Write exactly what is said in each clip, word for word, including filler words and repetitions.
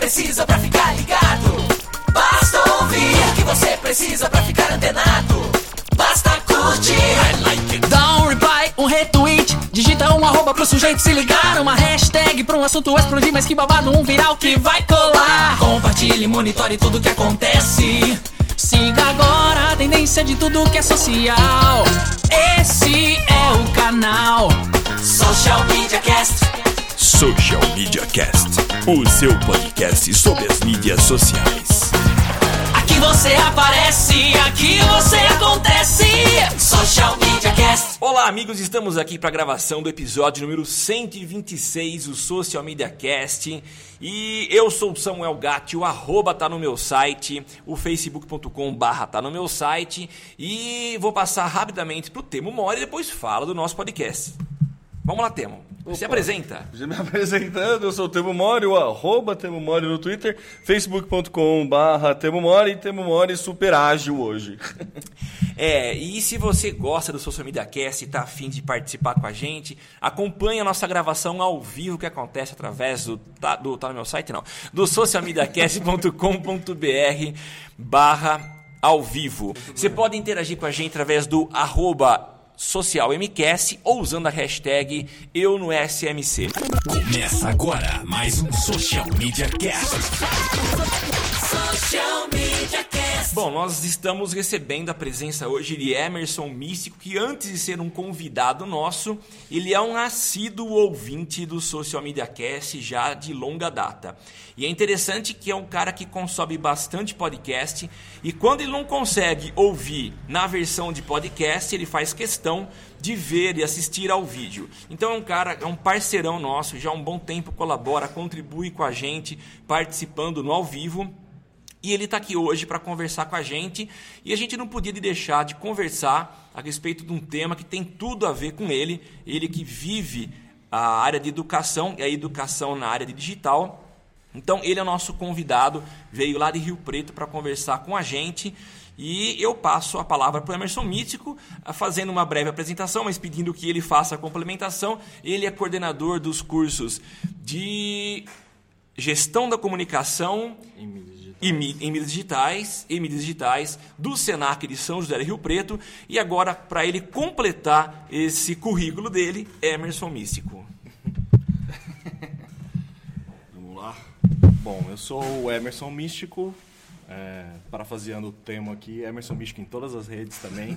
precisa pra ficar ligado. Basta ouvir o que você precisa pra ficar antenado. Basta curtir. I like it. Dá um reply, um retweet. Digita um arroba pro sujeito se ligar. Uma hashtag pra um assunto explodir. Mas que babado, um viral que vai colar. Compartilhe, monitore tudo que acontece. Siga agora a tendência de tudo que é social. Esse é o canal Social Media Cast. Social Media Cast, o seu podcast sobre as mídias sociais. Aqui você aparece, aqui você acontece. Social Media Cast. Olá amigos, estamos aqui para a gravação do episódio número cento e vinte e seis do Social Media Cast. E eu sou o Samuel Gatti, o arroba tá no meu site, o facebook ponto com barra tá no meu site. E vou passar rapidamente pro Temo Mori e depois fala do nosso podcast. Vamos lá, Temo. Opa, se apresenta. Já me apresentando, eu sou o Temo Mori, o arroba Temo Mori no Twitter, facebook ponto com barra Temo Mori e Temo Mori super ágil hoje. É, e se você gosta do Social Media Cast e está afim de participar com a gente, acompanhe a nossa gravação ao vivo que acontece através do, tá, do, tá no meu site não, do socialmediacast ponto com ponto br barra ao vivo. Você pode interagir com a gente através do arroba SocialMcast ou usando a hashtag eu no S M C. Começa agora mais um Social Media Cast. Social Media Cast. Bom, nós estamos recebendo a presença hoje de Emerson Místico, que antes de ser um convidado nosso, ele é um assíduo ouvinte do Social Media Cast já de longa data. E é interessante que é um cara que consome bastante podcast e quando ele não consegue ouvir na versão de podcast, ele faz questão de ver e assistir ao vídeo. Então é um cara, é um parceirão nosso, já há um bom tempo colabora, contribui com a gente, participando no ao vivo. E ele está aqui hoje para conversar com a gente e a gente não podia deixar de conversar a respeito de um tema que tem tudo a ver com ele, ele que vive a área de educação e a educação na área de digital. Então ele é o nosso convidado, veio lá de Rio Preto para conversar com a gente e eu passo a palavra para o Emerson Místico, fazendo uma breve apresentação, mas pedindo que ele faça a complementação. Ele é coordenador dos cursos de Gestão da Comunicação e em mídias digitais, em mídias digitais do Senac de São José do Rio Preto. E agora, para ele completar esse currículo dele, Emerson Místico. Vamos lá. Bom, eu sou o Emerson Místico, é, parafraseando o tema aqui, Emerson Místico em todas as redes também.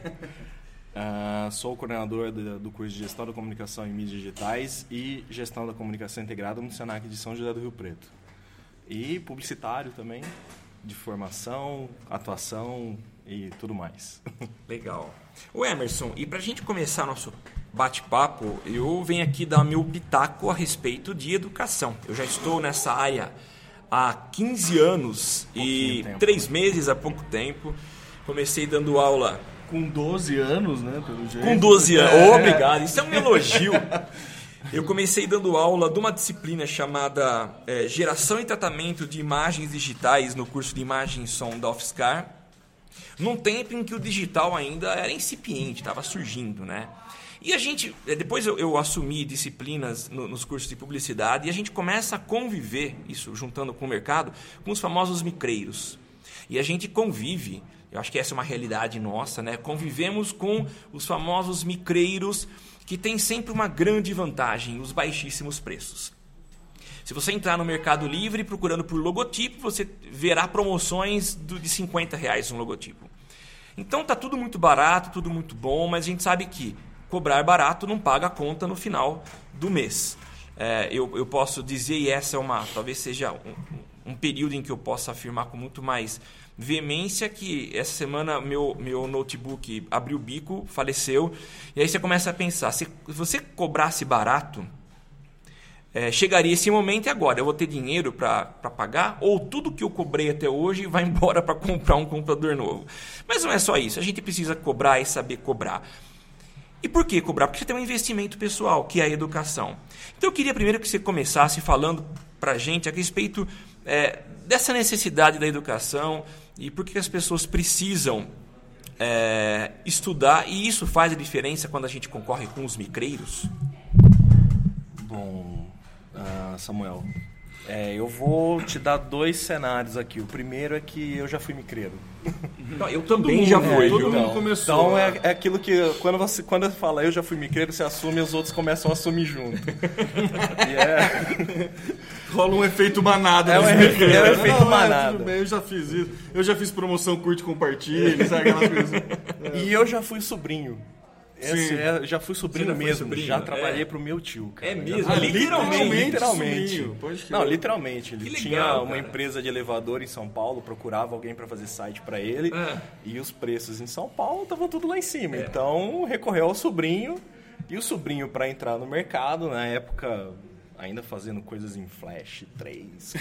uh, sou o coordenador do, do curso de Gestão da Comunicação em mídias digitais e Gestão da Comunicação Integrada no Senac de São José do Rio Preto. E publicitário também, de formação, atuação e tudo mais. Legal. O Emerson, e para a gente começar nosso bate-papo, eu venho aqui dar meu pitaco a respeito de educação. Eu já estou nessa área há quinze anos e três meses, há pouco tempo. Comecei dando aula... Com doze anos, né? Pelo jeito. Com doze anos. É. Oh, obrigado. Isso é um elogio. Eu comecei dando aula de uma disciplina chamada é, Geração e Tratamento de Imagens Digitais no curso de Imagem e Som da UFSCar, num tempo em que o digital ainda era incipiente, estava surgindo, né? E a gente, depois eu, eu assumi disciplinas no, nos cursos de publicidade e a gente começa a conviver, isso juntando com o mercado, com os famosos micreiros. E a gente convive, eu acho que essa é uma realidade nossa, né? Convivemos com os famosos micreiros que tem sempre uma grande vantagem, os baixíssimos preços. Se você entrar no Mercado Livre procurando por logotipo, você verá promoções de cinquenta reais um logotipo. Então está tudo muito barato, tudo muito bom, mas a gente sabe que cobrar barato não paga a conta no final do mês. É, eu, eu posso dizer, e essa é uma, talvez seja um, um período em que eu possa afirmar com muito mais veemência, que essa semana meu, meu notebook abriu o bico, faleceu, e aí você começa a pensar, se você cobrasse barato, é, chegaria esse momento e agora, eu vou ter dinheiro para pagar, ou tudo que eu cobrei até hoje vai embora para comprar um computador novo? Mas não é só isso, a gente precisa cobrar e saber cobrar. E por que cobrar? Porque você tem um investimento pessoal, que é a educação. Então eu queria primeiro que você começasse falando para a gente a respeito é, dessa necessidade da educação e por que as pessoas precisam é, estudar, e isso faz a diferença quando a gente concorre com os micreiros? Bom, uh, Samuel, É, eu vou te dar dois cenários aqui. O primeiro é que eu já fui micreiro. Não, eu também já fui. É, todo viu? mundo começou. Então é, é aquilo que quando você quando você fala eu já fui micreiro, você assume e os outros começam a assumir junto. E é... Rola um efeito manada. É um nos efeito- micreiros. é um efeito Não, manada. tudo bem, eu já fiz isso. Eu já fiz promoção curte e compartilhe, sabe aquelas coisas. E eu já fui sobrinho. Esse Sim. é, já fui sobrinho Você já foi mesmo. sobrinho? Já É. trabalhei pro meu tio, cara. É Já- mesmo? Ah, literalmente. Literalmente. sobrinho, pode crer. Não, literalmente. Ele Que tinha legal, uma cara. empresa de elevador em São Paulo, procurava alguém para fazer site para ele. Ah. E os preços em São Paulo estavam tudo lá em cima. É. Então recorreu ao sobrinho. E o sobrinho, para entrar no mercado, na época, ainda fazendo coisas em Flash três,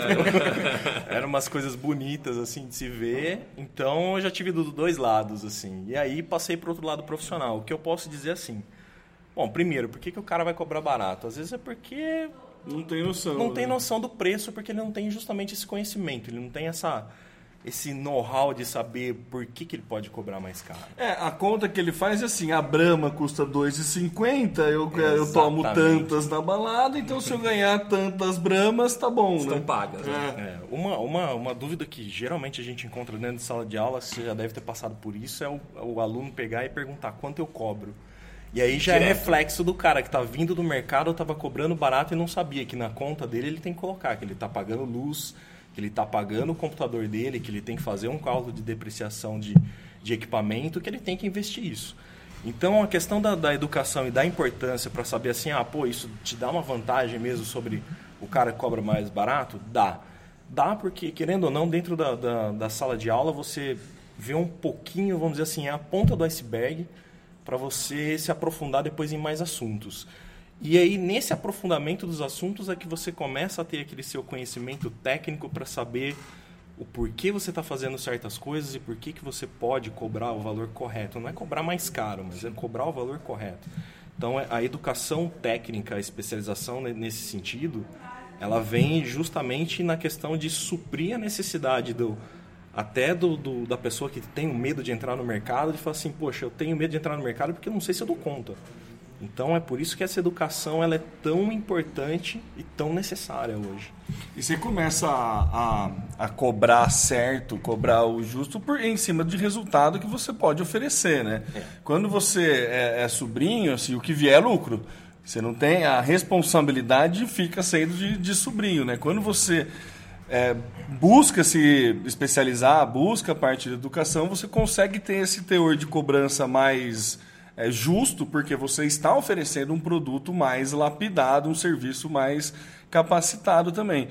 quatro. Eram umas coisas bonitas, assim, de se ver. Então, eu já tive dos dois lados, assim. E aí, passei para outro lado profissional. O que eu posso dizer, assim... Bom, primeiro, por que, que o cara vai cobrar barato? Às vezes é porque Não tem noção. não tem né? noção do preço, porque ele não tem justamente esse conhecimento. Ele não tem essa, esse know-how de saber por que, que ele pode cobrar mais caro. É, a conta que ele faz é assim, a Brahma custa dois reais e cinquenta, eu, eu tomo Exatamente. tantas na balada, então se eu ganhar tantas Brahmas, tá bom, Estão né? pagas. Né? É. É, uma, uma, uma dúvida que geralmente a gente encontra dentro de sala de aula, você já deve ter passado por isso, é o, o aluno pegar e perguntar quanto eu cobro. E aí já é Direto. reflexo do cara que está vindo do mercado, estava cobrando barato e não sabia que na conta dele ele tem que colocar, que ele está pagando luz, que ele está pagando o computador dele, que ele tem que fazer um cálculo de depreciação de, de equipamento, que ele tem que investir isso. Então a questão da, da educação e da importância para saber assim, ah, pô, isso te dá uma vantagem mesmo sobre o cara que cobra mais barato? Dá. Dá porque, querendo ou não, dentro da, da, da sala de aula você vê um pouquinho, vamos dizer assim, a ponta do iceberg para você se aprofundar depois em mais assuntos. E aí, nesse aprofundamento dos assuntos, é que você começa a ter aquele seu conhecimento técnico para saber o porquê você está fazendo certas coisas e por que que você pode cobrar o valor correto. Não é cobrar mais caro, mas é cobrar o valor correto. Então, a educação técnica, a especialização nesse sentido, ela vem justamente na questão de suprir a necessidade do... até do, do, da pessoa que tem o medo de entrar no mercado, de falar assim, poxa, eu tenho medo de entrar no mercado porque eu não sei se eu dou conta. Então é por isso que essa educação ela é tão importante e tão necessária hoje. E você começa a, a, a cobrar certo, cobrar o justo por, em cima de resultado que você pode oferecer, né? É. Quando você é, é sobrinho, assim, o que vier é lucro. Você não tem a responsabilidade, fica sendo de, de sobrinho, né? Quando você é, busca se especializar, busca a parte de educação, você consegue ter esse teor de cobrança mais é, justo, porque você está oferecendo um produto mais lapidado, um serviço mais capacitado também.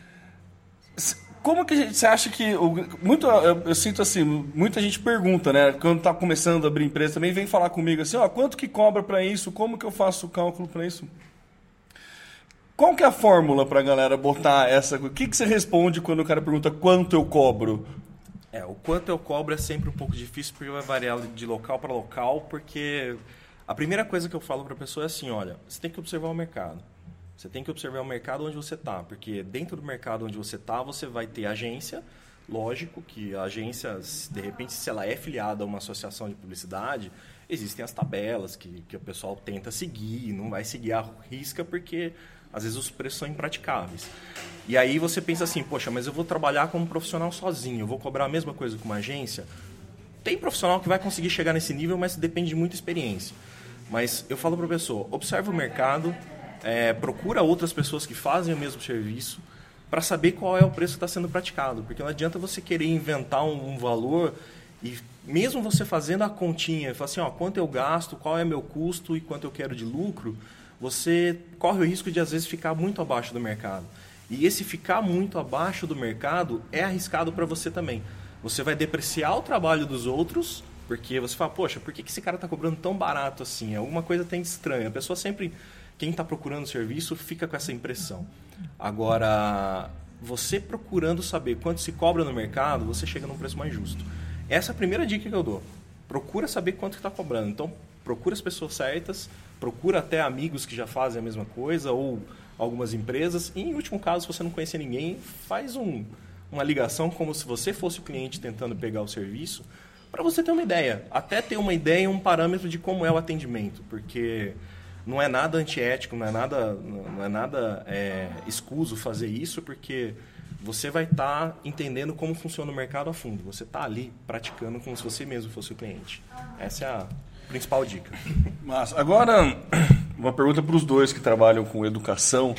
Como que a gente, você acha que... Muito, eu, eu sinto assim, muita gente pergunta, né? Quando está começando a abrir empresa também, vem falar comigo assim, ó, quanto que cobra para isso? Como que eu faço o cálculo para isso? Qual que é a fórmula para a galera botar essa... O que, que você responde quando o cara pergunta quanto eu cobro? É, o quanto eu cobro é sempre um pouco difícil porque vai variar de local para local, porque a primeira coisa que eu falo para a pessoa é assim, olha, você tem que observar o mercado. Você tem que observar o mercado onde você está, porque dentro do mercado onde você está, você vai ter agência. Lógico que a agência, de repente, se ela é filiada a uma associação de publicidade, existem as tabelas que, que o pessoal tenta seguir, não vai seguir a risca porque às vezes os preços são impraticáveis. E aí você pensa assim, poxa, mas eu vou trabalhar como profissional sozinho, eu vou cobrar a mesma coisa que uma agência? Tem profissional que vai conseguir chegar nesse nível, mas depende de muita experiência. Mas eu falo para a pessoa, observa o mercado, É, procura outras pessoas que fazem o mesmo serviço para saber qual é o preço que está sendo praticado. Porque não adianta você querer inventar um, um valor e mesmo você fazendo a continha, falar assim, ó, quanto eu gasto, qual é meu custo e quanto eu quero de lucro, você corre o risco de às vezes ficar muito abaixo do mercado. E esse ficar muito abaixo do mercado é arriscado para você também. Você vai depreciar o trabalho dos outros, porque você fala, poxa, por que esse cara está cobrando tão barato assim? Alguma coisa tem de estranho. A pessoa sempre... Quem está procurando serviço fica com essa impressão. Agora, você procurando saber quanto se cobra no mercado, você chega num preço mais justo. Essa é a primeira dica que eu dou. Procura saber quanto está cobrando. Então, procura as pessoas certas, procura até amigos que já fazem a mesma coisa ou algumas empresas. E, em último caso, se você não conhecer ninguém, faz um, uma ligação como se você fosse o cliente tentando pegar o serviço, para você ter uma ideia. Até ter uma ideia e um parâmetro de como é o atendimento. Porque... não é nada antiético, não é nada, não é nada é, escuso fazer isso, porque você vai estar tá entendendo como funciona o mercado a fundo. Você está ali praticando como se você mesmo fosse o cliente. Essa é a principal dica. Mas agora, uma pergunta para os dois que trabalham com educação,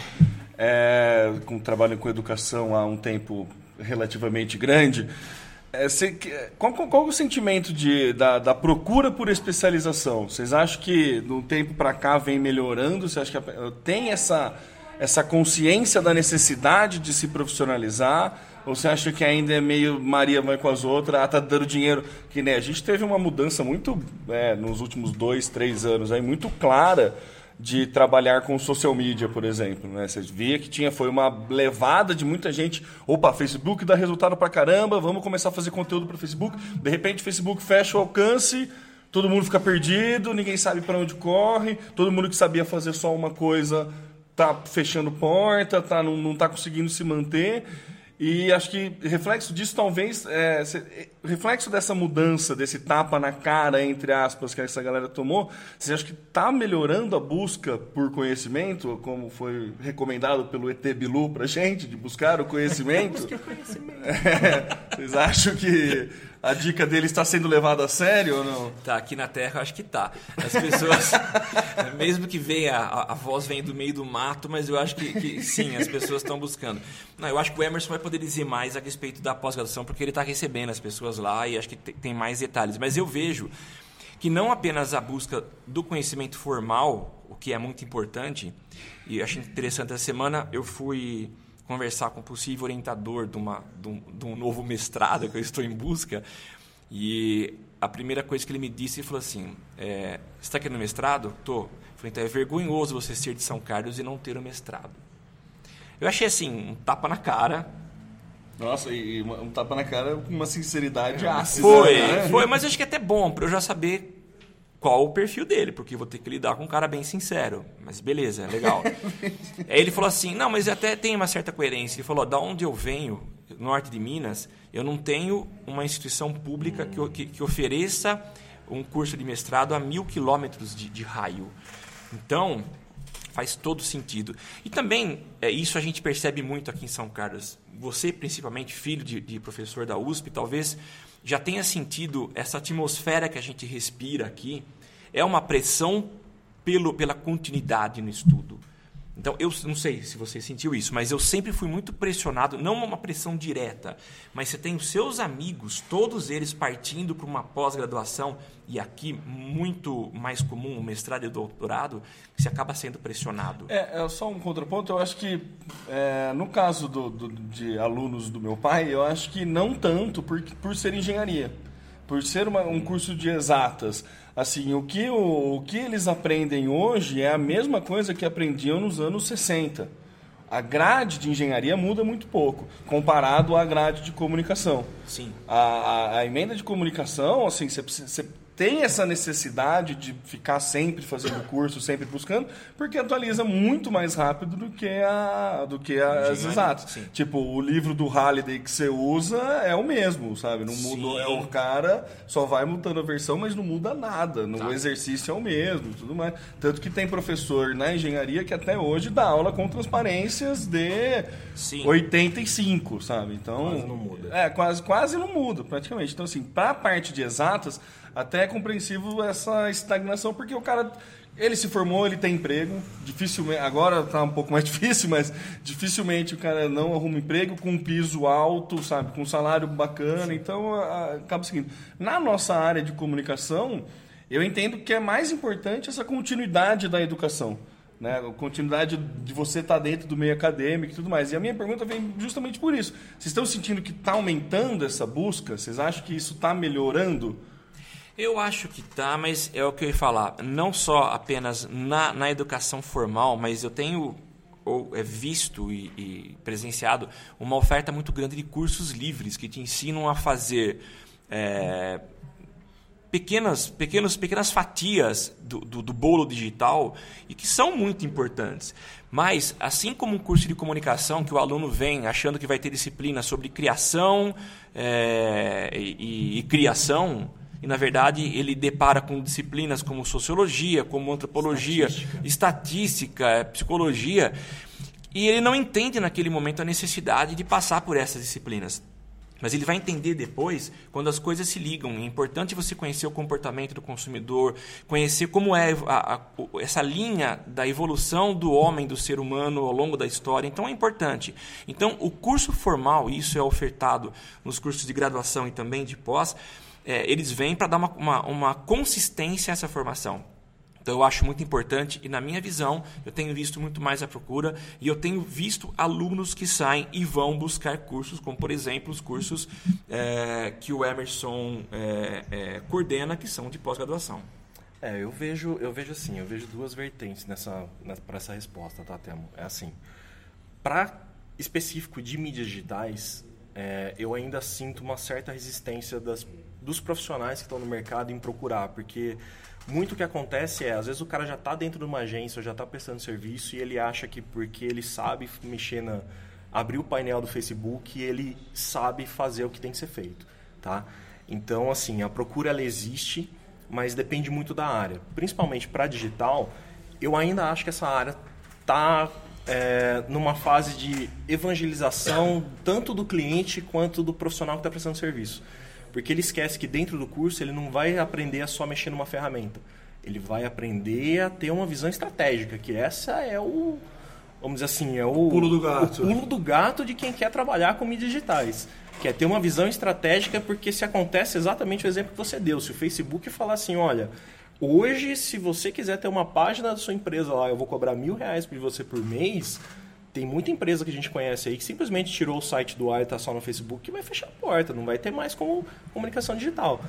é, com, trabalham com educação há um tempo relativamente grande. É, cê, qual, qual é o sentimento de, da, da procura por especialização? Vocês acham que do tempo para cá vem melhorando? Você acha que tem essa, essa consciência da necessidade de se profissionalizar? Ou você acha que ainda é meio Maria vai com as outras, ah, tá dando dinheiro? Que, né, a gente teve uma mudança muito, é, nos últimos dois, três anos, aí, muito clara de trabalhar com social media, por exemplo. Né? Você via que tinha, foi uma levada de muita gente. Opa, Facebook dá resultado pra caramba, vamos começar a fazer conteúdo para Facebook. De repente, o Facebook fecha o alcance, todo mundo fica perdido, ninguém sabe para onde corre, todo mundo que sabia fazer só uma coisa tá fechando porta, tá, não, não tá conseguindo se manter. E acho que reflexo disso, talvez, é, reflexo dessa mudança, desse tapa na cara, entre aspas, que essa galera tomou, você acha que está melhorando a busca por conhecimento, como foi recomendado pelo E T Bilu pra gente, de buscar o conhecimento? Busque o conhecimento. É, vocês acham que a dica dele está sendo levada a sério ou não? Tá, aqui na Terra eu acho que tá. As pessoas, mesmo que venha, a, a voz vem do meio do mato, mas eu acho que, que sim, as pessoas estão buscando. Não, eu acho que o Emerson vai poder dizer mais a respeito da pós-graduação, porque ele está recebendo as pessoas lá e acho que tem mais detalhes. Mas eu vejo que não apenas a busca do conhecimento formal, o que é muito importante, e eu achei interessante, essa semana eu fui conversar com um possível orientador de, uma, de, um, de um novo mestrado que eu estou em busca, e a primeira coisa que ele me disse, ele falou assim, é, você está querendo mestrado? Estou. Eu falei, então é vergonhoso você ser de São Carlos e não ter o mestrado. Eu achei assim, um tapa na cara. Nossa, e um tapa na cara com uma sinceridade ácida. Foi, né? foi, mas acho que é até bom para eu já saber qual o perfil dele, porque eu vou ter que lidar com um cara bem sincero. Mas beleza, legal. Aí ele falou assim, não, mas até tem uma certa coerência. Ele falou, da onde eu venho, norte de Minas, eu não tenho uma instituição pública que, que, que ofereça um curso de mestrado a mil quilômetros de, de raio. Então, faz todo sentido. E também, é, isso a gente percebe muito aqui em São Carlos. Você, principalmente, filho de, de professor da U S P, talvez já tenha sentido essa atmosfera que a gente respira aqui. É uma pressão pelo, pela continuidade no estudo. Então, eu não sei se você sentiu isso, mas eu sempre fui muito pressionado, não uma pressão direta, mas você tem os seus amigos, todos eles partindo para uma pós-graduação, e aqui muito mais comum, o mestrado e o doutorado, que você acaba sendo pressionado. É, é só um contraponto, eu acho que, é, no caso do, do, de alunos do meu pai, eu acho que não tanto por, por ser engenharia, por ser uma, um curso de exatas. Assim, o que, o, o que eles aprendem hoje é a mesma coisa que aprendiam nos anos sessenta. A grade de engenharia muda muito pouco, comparado à grade de comunicação. Sim. A, a, a emenda de comunicação, assim, você, você tem essa necessidade de ficar sempre fazendo curso, sempre buscando, porque atualiza muito mais rápido do que, a, do que as exatas. Sim. Tipo, o livro do Halliday que você usa é o mesmo, sabe? Não muda, é o cara só vai mudando a versão, mas não muda nada. No tá. exercício é o mesmo, tudo mais. Tanto que tem professor na engenharia que até hoje dá aula com transparências de Sim. oitenta e cinco, sabe? Então, quase não muda. É, quase, quase não muda, praticamente. Então, assim, para a parte de exatas, até é compreensível essa estagnação, porque o cara, ele se formou, ele tem emprego, dificilmente, agora está um pouco mais difícil, mas dificilmente o cara não arruma emprego com um piso alto, sabe, com um salário bacana, então a, acaba seguindo. Na nossa área de comunicação, eu entendo que é mais importante essa continuidade da educação, né? A continuidade de você estar dentro do meio acadêmico e tudo mais. E a minha pergunta vem justamente por isso. Vocês estão sentindo que está aumentando essa busca? Vocês acham que isso está melhorando? Eu acho que tá, mas é o que eu ia falar. Não só apenas na, na educação formal, mas eu tenho ou, é, visto e, e presenciado uma oferta muito grande de cursos livres que te ensinam a fazer é, pequenas, pequenas, pequenas fatias do, do, do bolo digital e que são muito importantes. Mas, assim como um curso de comunicação que o aluno vem achando que vai ter disciplina sobre criação é, e, e, e criação, e, na verdade, ele depara com disciplinas como sociologia, como antropologia, estatística, estatística psicologia, e ele não entende naquele momento a necessidade de passar por essas disciplinas. Mas ele vai entender depois quando as coisas se ligam. É importante você conhecer o comportamento do consumidor, conhecer como é a, a, essa linha da evolução do homem, do ser humano ao longo da história. Então é importante. Então o curso formal, isso é ofertado nos cursos de graduação e também de pós, é, eles vêm para dar uma, uma, uma consistência a essa formação. Então eu acho muito importante e, na minha visão, eu tenho visto muito mais a procura e eu tenho visto alunos que saem e vão buscar cursos, como, por exemplo, os cursos é, que o Emerson é, é, coordena, que são de pós-graduação. É, eu vejo, eu vejo assim, eu vejo duas vertentes nessa, nessa, para essa resposta, tá, Temo? É assim, para específico de mídias digitais, é, eu ainda sinto uma certa resistência das, dos profissionais que estão no mercado em procurar, porque... Muito o que acontece é, às vezes o cara já está dentro de uma agência, ou já está prestando serviço e ele acha que porque ele sabe mexer na... abrir o painel do Facebook, ele sabe fazer o que tem que ser feito, tá? Então, assim, a procura ela existe, mas depende muito da área. Principalmente para digital, eu ainda acho que essa área está é, numa fase de evangelização tanto do cliente quanto do profissional que está prestando serviço. Porque ele esquece que dentro do curso ele não vai aprender a só mexer numa ferramenta. Ele vai aprender a ter uma visão estratégica, que essa é o, vamos dizer assim, é o, o pulo do gato. O pulo do gato de quem quer trabalhar com mídias digitais. Que é ter uma visão estratégica, porque se acontece exatamente o exemplo que você deu. Se o Facebook falar assim, olha, hoje se você quiser ter uma página da sua empresa lá, eu vou cobrar mil reais por você por mês... Tem muita empresa que a gente conhece aí que simplesmente tirou o site do ar e está só no Facebook e vai fechar a porta, não vai ter mais como comunicação digital.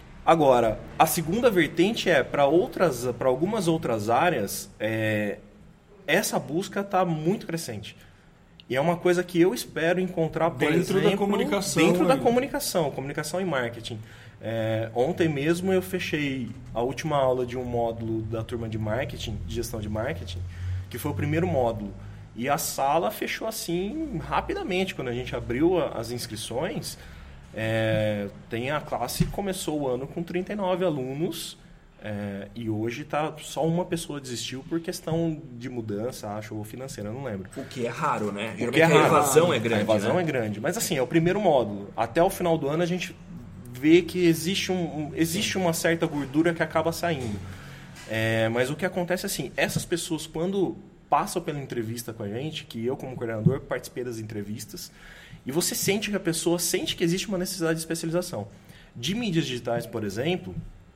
Agora, a segunda vertente é, para outras, para algumas outras áreas, é, essa busca está muito crescente. E é uma coisa que eu espero encontrar, por dentro exemplo, da comunicação. Dentro aí. da comunicação, comunicação e marketing. É, ontem mesmo eu fechei a última aula de um módulo da turma de marketing, de gestão de marketing, que foi o primeiro módulo. E a sala fechou assim rapidamente. Quando a gente abriu as inscrições, é, tem a classe que começou o ano com trinta e nove alunos é, e hoje tá, só uma pessoa desistiu por questão de mudança, acho, ou financeira, não lembro. O que é raro, né? O Geralmente que é raro. A evasão é grande. A evasão né? é grande. Mas assim, é o primeiro módulo. Até o final do ano a gente vê que existe, um, existe uma certa gordura que acaba saindo. É, mas o que acontece é assim, essas pessoas quando... passam pela entrevista com a gente, que eu como coordenador participei das entrevistas, e você sente que a pessoa sente que existe uma necessidade de especialização. De mídias digitais, por exemplo,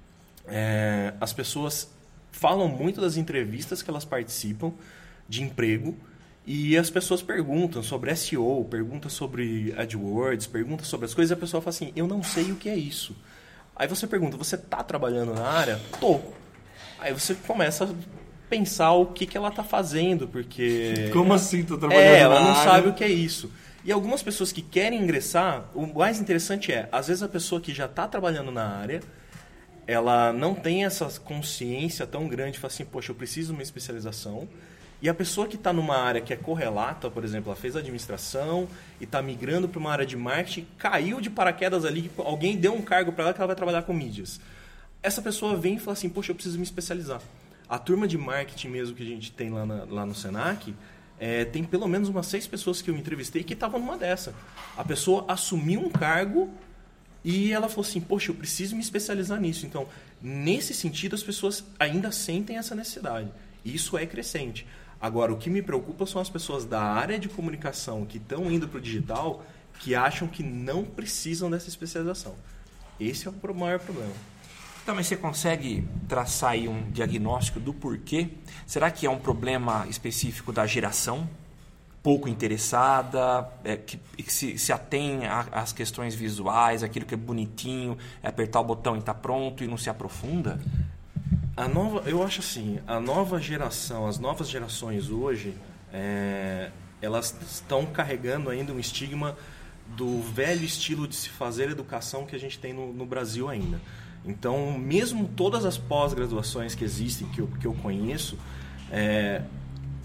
é, as pessoas falam muito das entrevistas que elas participam de emprego, e as pessoas perguntam sobre S E O, perguntam sobre AdWords, perguntam sobre as coisas, e a pessoa fala assim, eu não sei o que é isso. Aí você pergunta, você está trabalhando na área? Tô. Aí você começa a pensar o que, que ela está fazendo, porque... Como assim? Tô trabalhando É, ela na não área. sabe o que é isso. E algumas pessoas que querem ingressar, o mais interessante é, às vezes a pessoa que já está trabalhando na área, ela não tem essa consciência tão grande, fala assim, poxa, eu preciso de uma especialização. E a pessoa que está numa área que é correlata, por exemplo, ela fez administração e está migrando para uma área de marketing, caiu de paraquedas ali, alguém deu um cargo para ela que ela vai trabalhar com mídias. Essa pessoa vem e fala assim, poxa, eu preciso me especializar. A turma de marketing mesmo que a gente tem lá, na, lá no Senac, é, tem pelo menos umas seis pessoas que eu entrevistei que estavam numa dessa. A pessoa assumiu um cargo e ela falou assim, poxa, eu preciso me especializar nisso. Então, nesse sentido, as pessoas ainda sentem essa necessidade. Isso é crescente. Agora, o que me preocupa são as pessoas da área de comunicação que estão indo para o digital, que acham que não precisam dessa especialização. Esse é o maior problema. Então, mas você consegue traçar aí um diagnóstico do porquê? Será que é um problema específico da geração? Pouco interessada, é, que, que se, se atém às questões visuais, aquilo que é bonitinho, é apertar o botão e está pronto e não se aprofunda? A nova, eu acho assim, a nova geração, as novas gerações hoje, é, elas estão carregando ainda um estigma do velho estilo de se fazer educação que a gente tem no, no Brasil ainda. Então, mesmo todas as pós-graduações que existem, que eu, que eu conheço, é,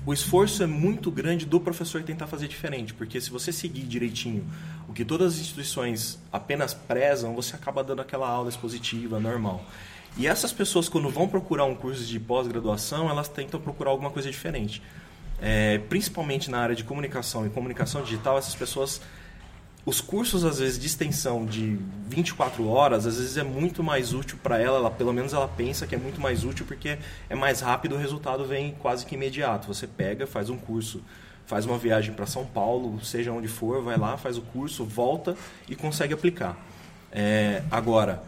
o esforço é muito grande do professor tentar fazer diferente, porque se você seguir direitinho o que todas as instituições apenas prezam, você acaba dando aquela aula expositiva, normal. E essas pessoas, quando vão procurar um curso de pós-graduação, elas tentam procurar alguma coisa diferente. É, principalmente na área de comunicação e comunicação digital, essas pessoas... Os cursos, às vezes, de extensão de vinte e quatro horas, às vezes é muito mais útil para ela, ela, pelo menos ela pensa que é muito mais útil porque é mais rápido, o resultado vem quase que imediato. Você pega, faz um curso, faz uma viagem para São Paulo, seja onde for, vai lá, faz o curso, volta e consegue aplicar. É, agora,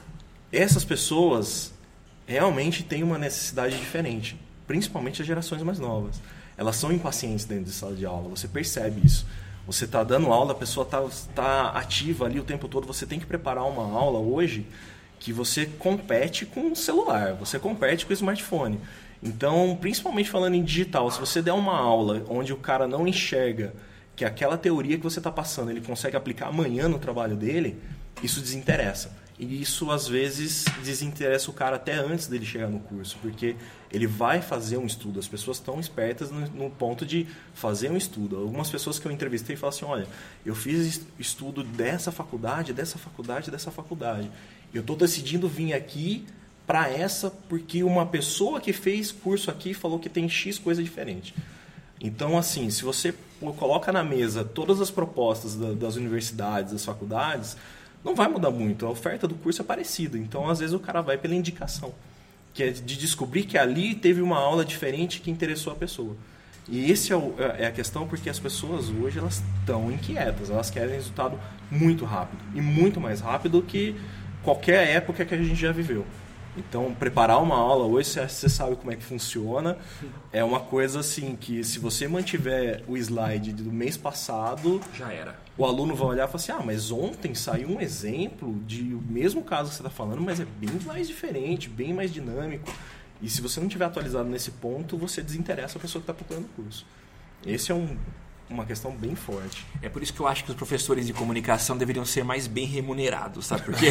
essas pessoas realmente têm uma necessidade diferente, principalmente as gerações mais novas. Elas são impacientes dentro de sala de aula, você percebe isso. Você está dando aula, a pessoa está tá ativa ali o tempo todo. Você tem que preparar uma aula hoje que você compete com o celular, você compete com o smartphone. Então, principalmente falando em digital, se você der uma aula onde o cara não enxerga que aquela teoria que você está passando ele consegue aplicar amanhã no trabalho dele, isso desinteressa. E isso, às vezes, desinteressa o cara até antes dele chegar no curso, porque ele vai fazer um estudo. As pessoas estão espertas no, no ponto de fazer um estudo. Algumas pessoas que eu entrevistei falam assim, olha, eu fiz estudo dessa faculdade, dessa faculdade, dessa faculdade. Eu estou decidindo vir aqui para essa porque uma pessoa que fez curso aqui falou que tem X coisa diferente. Então, assim, se você coloca na mesa todas as propostas da, das universidades, das faculdades... Não vai mudar muito, a oferta do curso é parecida. Então, às vezes, o cara vai pela indicação, que é de descobrir que ali teve uma aula diferente que interessou a pessoa. E esse é, o, é a questão, porque as pessoas hoje elas estão inquietas, elas querem resultado muito rápido, e muito mais rápido que qualquer época que a gente já viveu. Então, preparar uma aula hoje, você sabe como é que funciona, é uma coisa assim que se você mantiver o slide do mês passado... Já era. O aluno vai olhar e falar assim, ah, mas ontem saiu um exemplo de o mesmo caso que você está falando, mas é bem mais diferente, bem mais dinâmico. E se você não tiver atualizado nesse ponto, você desinteressa a pessoa que está procurando o curso. Esse é um... uma questão bem forte. É por isso que eu acho que os professores de comunicação deveriam ser mais bem remunerados, sabe por quê?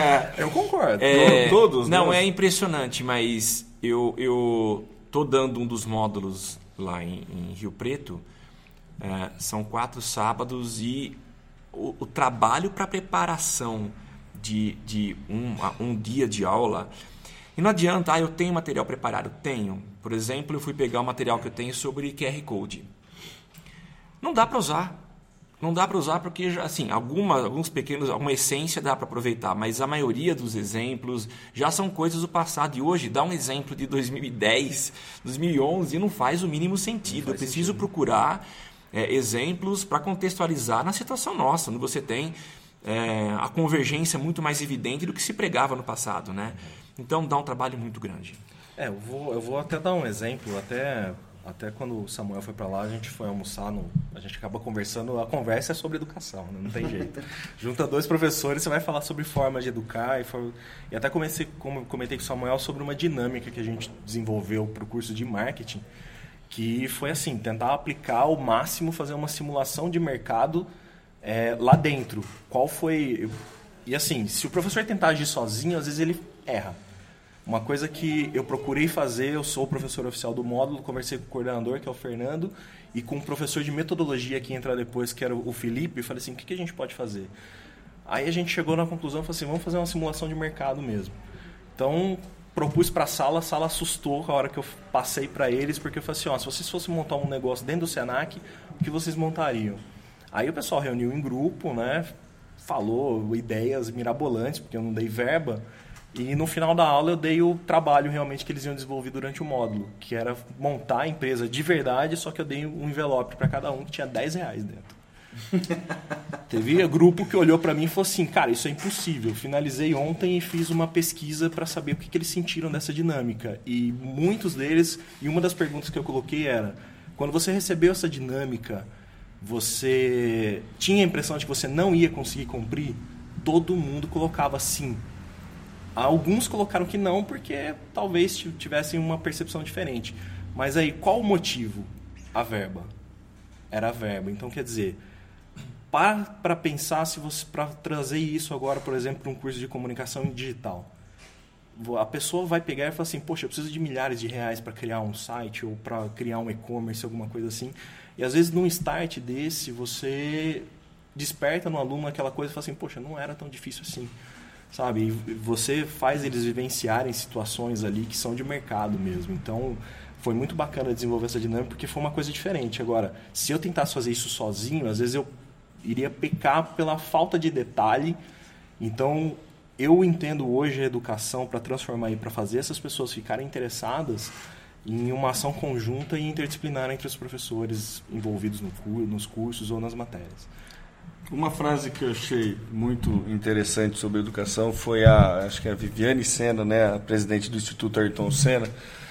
Eu concordo. É, Todos, não, né? é impressionante, mas eu, eu tô dando um dos módulos lá em, em Rio Preto, é, são quatro sábados e o, o trabalho para preparação de, de um, um dia de aula... E não adianta, ah, eu tenho material preparado. Tenho. Por exemplo, eu fui pegar o material que eu tenho sobre Q R Code. Não dá para usar. Não dá para usar porque, assim, alguma, alguns pequenos, alguma essência dá para aproveitar, mas a maioria dos exemplos já são coisas do passado. E hoje, dá um exemplo de dois mil e dez, dois mil e onze, e não faz o mínimo sentido. Eu preciso sentido. procurar é, exemplos para contextualizar na situação nossa, onde você tem é, a convergência muito mais evidente do que se pregava no passado, né? Então, dá um trabalho muito grande. É, eu vou, eu vou até dar um exemplo, até... Até quando o Samuel foi para lá, a gente foi almoçar, no, a gente acaba conversando, a conversa é sobre educação, né? Não tem jeito. Junta dois professores, você vai falar sobre forma de educar. E, for, e até comecei, como comentei com o Samuel sobre uma dinâmica que a gente desenvolveu para o curso de marketing, que foi assim, tentar aplicar ao máximo, fazer uma simulação de mercado é, lá dentro. Qual foi... E assim, se o professor tentar agir sozinho, às vezes ele erra. Uma coisa que eu procurei fazer, eu sou o professor oficial do módulo, conversei com o coordenador, que é o Fernando, e com o professor de metodologia que entra depois, que era o Felipe, e falei assim, o que a gente pode fazer? Aí a gente chegou na conclusão, falou assim, vamos fazer uma simulação de mercado mesmo. Então, propus para a sala, a sala assustou a hora que eu passei para eles, porque eu falei assim, ó, se vocês fossem montar um negócio dentro do Senac, o que vocês montariam? Aí o pessoal reuniu em grupo, né, falou ideias mirabolantes, porque eu não dei verba. E no final da aula eu dei o trabalho realmente que eles iam desenvolver durante o módulo, que era montar a empresa de verdade, só que eu dei um envelope para cada um que tinha dez reais dentro. Teve um grupo que olhou para mim e falou assim, cara, isso é impossível. Eu finalizei ontem e fiz uma pesquisa para saber o que, que eles sentiram dessa dinâmica. E muitos deles, e uma das perguntas que eu coloquei era, quando você recebeu essa dinâmica, você tinha a impressão de que você não ia conseguir cumprir? Todo mundo colocava sim. Alguns colocaram que não, porque talvez tivessem uma percepção diferente. Mas aí, qual o motivo? A verba. Era a verba. Então, quer dizer, para, para pensar, se você para trazer isso agora, por exemplo, para um curso de comunicação digital. a pessoa vai pegar e falar assim, poxa, eu preciso de milhares de reais para criar um site ou para criar um e-commerce, alguma coisa assim. E às vezes num start desse, você desperta no aluno aquela coisa e fala assim, poxa, não era tão difícil assim. Sabe? E você faz eles vivenciarem situações ali que são de mercado mesmo. Então, foi muito bacana desenvolver essa dinâmica porque foi uma coisa diferente. Agora, se eu tentasse fazer isso sozinho, às vezes eu iria pecar pela falta de detalhe. Então, eu entendo hoje a educação para transformar e para fazer essas pessoas ficarem interessadas em uma ação conjunta e interdisciplinar entre os professores envolvidos no cur- nos cursos ou nas matérias. Uma frase que eu achei muito interessante sobre educação foi a, acho que é a Viviane Senna, né, a presidente do Instituto Ayrton Senna,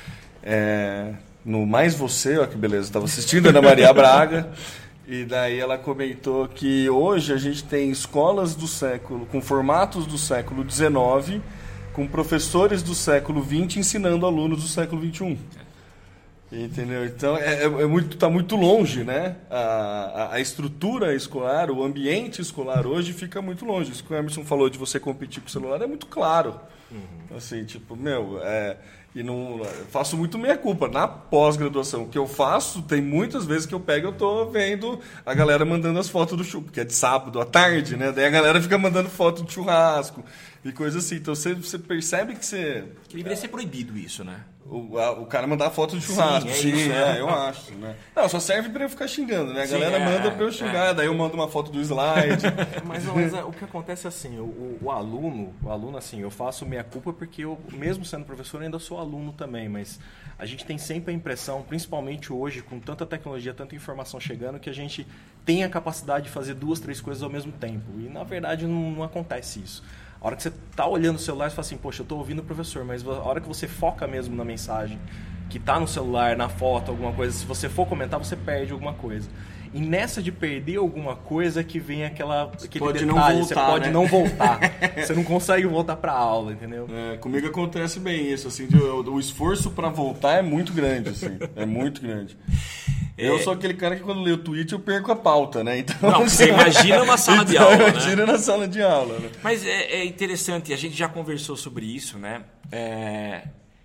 é, no Mais Você, olha que beleza, estava assistindo a Ana Maria Braga, e daí ela comentou que hoje a gente tem escolas do século, com formatos do século dezenove, com professores do século vinte ensinando alunos do século vinte e um. Entendeu? Então, é, é muito, tá muito longe, né? A, a, a estrutura escolar, o ambiente escolar hoje fica muito longe. Isso que o Emerson falou de você competir com o celular é muito claro. Uhum. Assim, tipo, meu, é, e não, faço muito meia culpa. Na pós-graduação, o que eu faço, tem muitas vezes que eu pego eu tô vendo a galera mandando as fotos do churrasco, que é de sábado à tarde, né? Daí a galera fica mandando foto de churrasco e coisa assim. Então, você, você percebe que você... Que deveria ser proibido isso, né? O, a, o cara mandar foto de churrasco. Sim, é, Sim, isso, é, né? eu acho. Né? Não, só serve pra eu ficar xingando, né? A Sim, galera é, manda pra eu xingar, é. daí eu mando uma foto do slide. Mas, mas o que acontece é assim, o, o aluno, o aluno assim, eu faço minha culpa porque eu, mesmo sendo professor, ainda sou aluno também, mas a gente tem sempre a impressão, principalmente hoje, com tanta tecnologia, tanta informação chegando, que a gente tem a capacidade de fazer duas, três coisas ao mesmo tempo. E, na verdade, não, não acontece isso. A hora que você está olhando o celular, você fala assim, poxa, eu estou ouvindo o professor, mas a hora que você foca mesmo na mensagem, que está no celular, na foto, alguma coisa, se você for comentar, você perde alguma coisa. E nessa de perder alguma coisa que vem aquela, aquele pode detalhe, não voltar, você pode né? não voltar. Você não consegue voltar para a aula, entendeu? É, comigo acontece bem isso, assim, de, o, o esforço para voltar é muito grande, assim, é muito grande. Eu sou aquele cara que quando lê o tweet eu perco a pauta, né? Então, Não, você imagina uma sala de então, aula, né? Imagina na sala de aula, né? Mas é, é interessante, a gente já conversou sobre isso, né? É,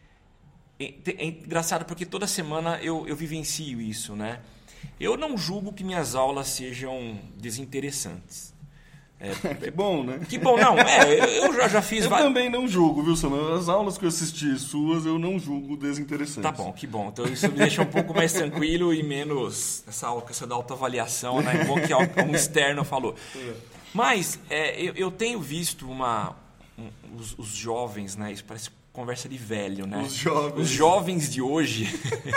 é, é engraçado porque toda semana eu, eu vivencio isso, né? Eu não julgo que minhas aulas sejam desinteressantes. É, Que bom, né? que bom, não, é, eu já, já fiz Eu várias... também não julgo, viu, Samuel? As aulas que eu assisti suas, eu não julgo desinteressantes. Tá bom, que bom. Então isso me deixa um pouco mais tranquilo e menos essa, essa da autoavaliação, né? É bom que um externo falou. Mas é, eu, eu tenho visto uma, um, os, os jovens, né? Isso parece conversa de velho, né? Os jovens. Os jovens de hoje.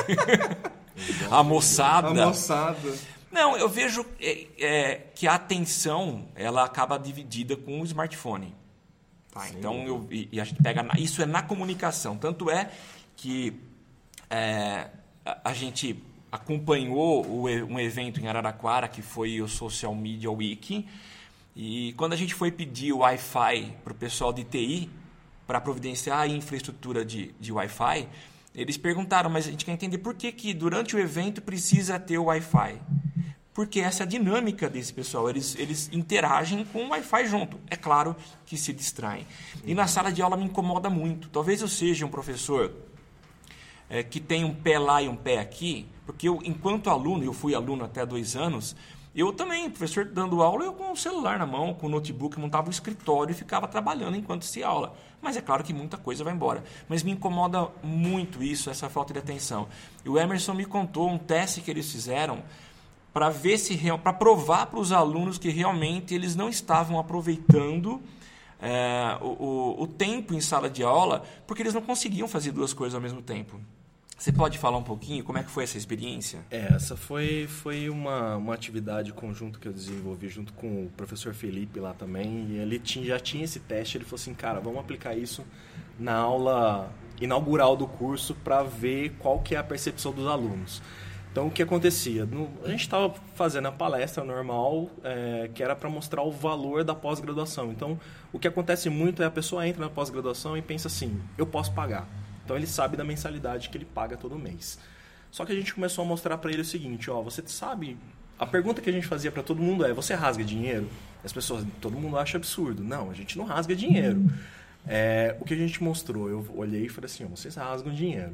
A moçada. A moçada. Não, eu vejo é, é, que a atenção ela acaba dividida com o smartphone. Tá? Então, eu, e, e a gente pega... Na, isso é na comunicação. Tanto é que é, a, a gente acompanhou o, um evento em Araraquara, que foi o Social Media Week, e quando a gente foi pedir o Wi-Fi para o pessoal de T I, para providenciar a infraestrutura de, de Wi-Fi, eles perguntaram, mas a gente quer entender por que, que durante o evento precisa ter o Wi-Fi. Porque essa é a dinâmica desse pessoal, eles, eles interagem com o Wi-Fi junto. É claro que se distraem. E na sala de aula me incomoda muito. Talvez eu seja um professor é, que tem um pé lá e um pé aqui, porque eu, enquanto aluno, eu fui aluno até dois anos, eu também, professor dando aula, eu com o celular na mão, com o notebook, montava o escritório e ficava trabalhando enquanto se aula. Mas é claro que muita coisa vai embora. Mas me incomoda muito isso, essa falta de atenção. E o Emerson me contou um teste que eles fizeram para ver se para provar para os alunos que realmente eles não estavam aproveitando é, o, o, o tempo em sala de aula, porque eles não conseguiam fazer duas coisas ao mesmo tempo. Você pode falar um pouquinho como é que foi essa experiência? É, essa foi, foi uma, uma atividade conjunta que eu desenvolvi junto com o professor Felipe lá também. E ele tinha, já tinha esse teste, ele falou assim, cara, vamos aplicar isso na aula inaugural do curso para ver qual que é a percepção dos alunos. Então, o que acontecia? No, a gente estava fazendo a palestra normal, é, que era para mostrar o valor da pós-graduação. Então, o que acontece muito é a pessoa entra na pós-graduação e pensa assim, eu posso pagar. Então, ele sabe da mensalidade que ele paga todo mês. Só que a gente começou a mostrar para ele o seguinte, ó, você sabe... A pergunta que a gente fazia para todo mundo é, você rasga dinheiro? As pessoas, todo mundo acha absurdo. Não, a gente não rasga dinheiro. É, o que a gente mostrou? Eu olhei e falei assim, ó, vocês rasgam dinheiro.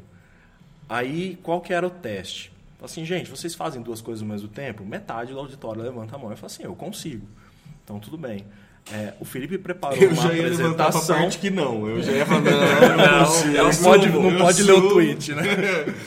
Aí, qual que era o teste? Falei assim, gente, vocês fazem duas coisas ao mesmo tempo? Metade do auditório levanta a mão. Eu falei assim, eu consigo. Então, tudo bem. É, o Felipe preparou eu uma já ia levantar pra apresentação... parte que não. Eu já ia falar, não, não, não, não pode, não pode ler o tweet, né?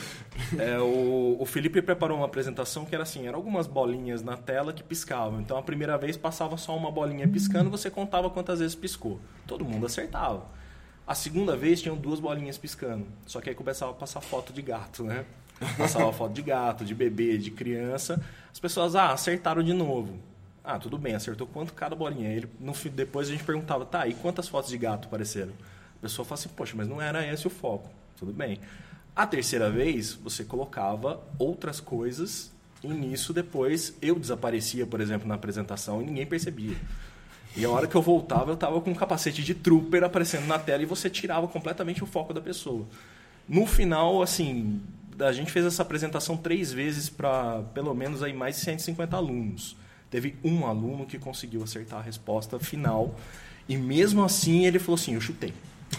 É, o, o Felipe preparou uma apresentação que era assim, eram algumas bolinhas na tela que piscavam. Então, a primeira vez passava só uma bolinha piscando, você contava quantas vezes piscou. Todo mundo acertava. A segunda vez, tinham duas bolinhas piscando. Só que aí começava a passar foto de gato, né? Passava foto de gato, de bebê, de criança. As pessoas, ah, acertaram de novo. Ah, tudo bem, acertou quanto cada bolinha. Ele, no, depois a gente perguntava, tá, e quantas fotos de gato apareceram? A pessoa fala assim, poxa, mas não era esse o foco. Tudo bem. A terceira vez, você colocava outras coisas e nisso depois eu desaparecia, por exemplo, na apresentação e ninguém percebia. E a hora que eu voltava, eu estava com um capacete de trooper aparecendo na tela e você tirava completamente o foco da pessoa. No final, assim, a gente fez essa apresentação três vezes para pelo menos aí mais de cento e cinquenta alunos. Teve um aluno que conseguiu acertar a resposta final e mesmo assim ele falou assim, eu chutei.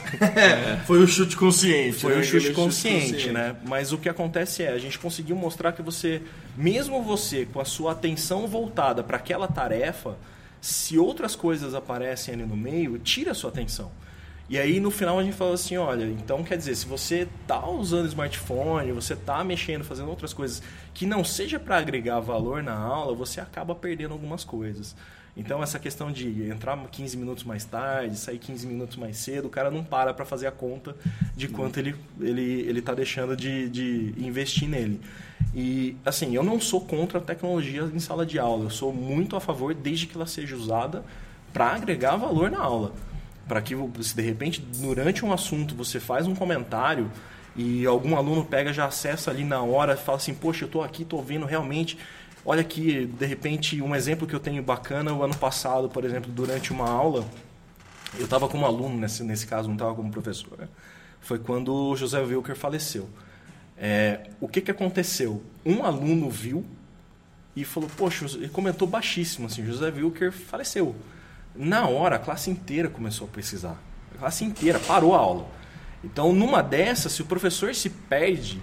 É, foi o chute consciente. Foi né? o chute Aquele consciente, chute consciente, né? Mas o que acontece é, a gente conseguiu mostrar que você, mesmo você com a sua atenção voltada para aquela tarefa, se outras coisas aparecem ali no meio, tira a sua atenção. E aí no final a gente fala assim, olha, então quer dizer, se você tá usando smartphone, você tá mexendo, fazendo outras coisas que não seja para agregar valor na aula, você acaba perdendo algumas coisas. Então essa questão de entrar quinze minutos mais tarde, sair quinze minutos mais cedo, o cara não para para fazer a conta de quanto ele ele ele tá deixando de, de investir nele. E assim, eu não sou contra a tecnologia em sala de aula, eu sou muito a favor desde que ela seja usada para agregar valor na aula. Para que, se de repente, durante um assunto, você faz um comentário e algum aluno pega, já acessa ali na hora e fala assim, poxa, eu estou aqui, estou vendo realmente, olha aqui, de repente, um exemplo que eu tenho bacana, o ano passado, por exemplo, durante uma aula, eu estava como aluno, nesse, nesse caso, não estava como professor, né? Foi quando o José Wilker faleceu. É, o que, que aconteceu? Um aluno viu e falou, poxa, ele comentou baixíssimo, assim, José Wilker faleceu. Na hora, a classe inteira começou a pesquisar. A classe inteira parou a aula. Então, numa dessas, se o professor se perde,